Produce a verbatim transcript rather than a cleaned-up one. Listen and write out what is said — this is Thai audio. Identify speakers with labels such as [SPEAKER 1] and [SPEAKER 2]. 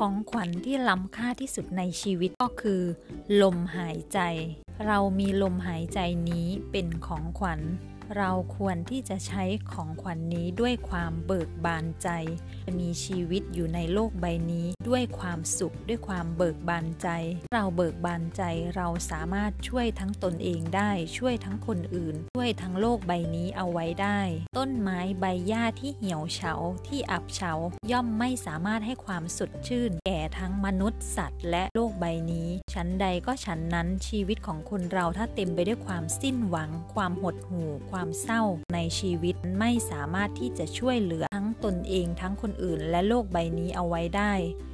[SPEAKER 1] ของขวัญที่ล้ำค่าที่สุดในชีวิตก็คือลมหายใจเรามีลมหายใจนี้เป็นของขวัญเราควรที่จะใช้ของขวัญ น, นี้ด้วยความเบิกบานใจมีชีวิตอยู่ในโลกใบนี้ด้วยความสุขด้วยความเบิกบานใจเราเบิกบานใจเราสามารถช่วยทั้งตนเองได้ช่วยทั้งคนอื่นช่วยทั้งโลกใบนี้เอาไว้ได้ต้นไม้ใบหญ้าที่เหี่ยวเฉาที่อับเฉาย่อมไม่สามารถให้ความสดชื่นแก่ทั้งมนุษย์สัตว์และโลกใบนี้ชั้นใดก็ชั้นนั้นชีวิตของคนเราถ้าเต็มไปด้วยความสิ้นหวังความหดหู่ความเศร้าในชีวิตไม่สามารถที่จะช่วยเหลือทั้งตนเองทั้งคนอื่นและโลกใบนี้เอาไว้ได้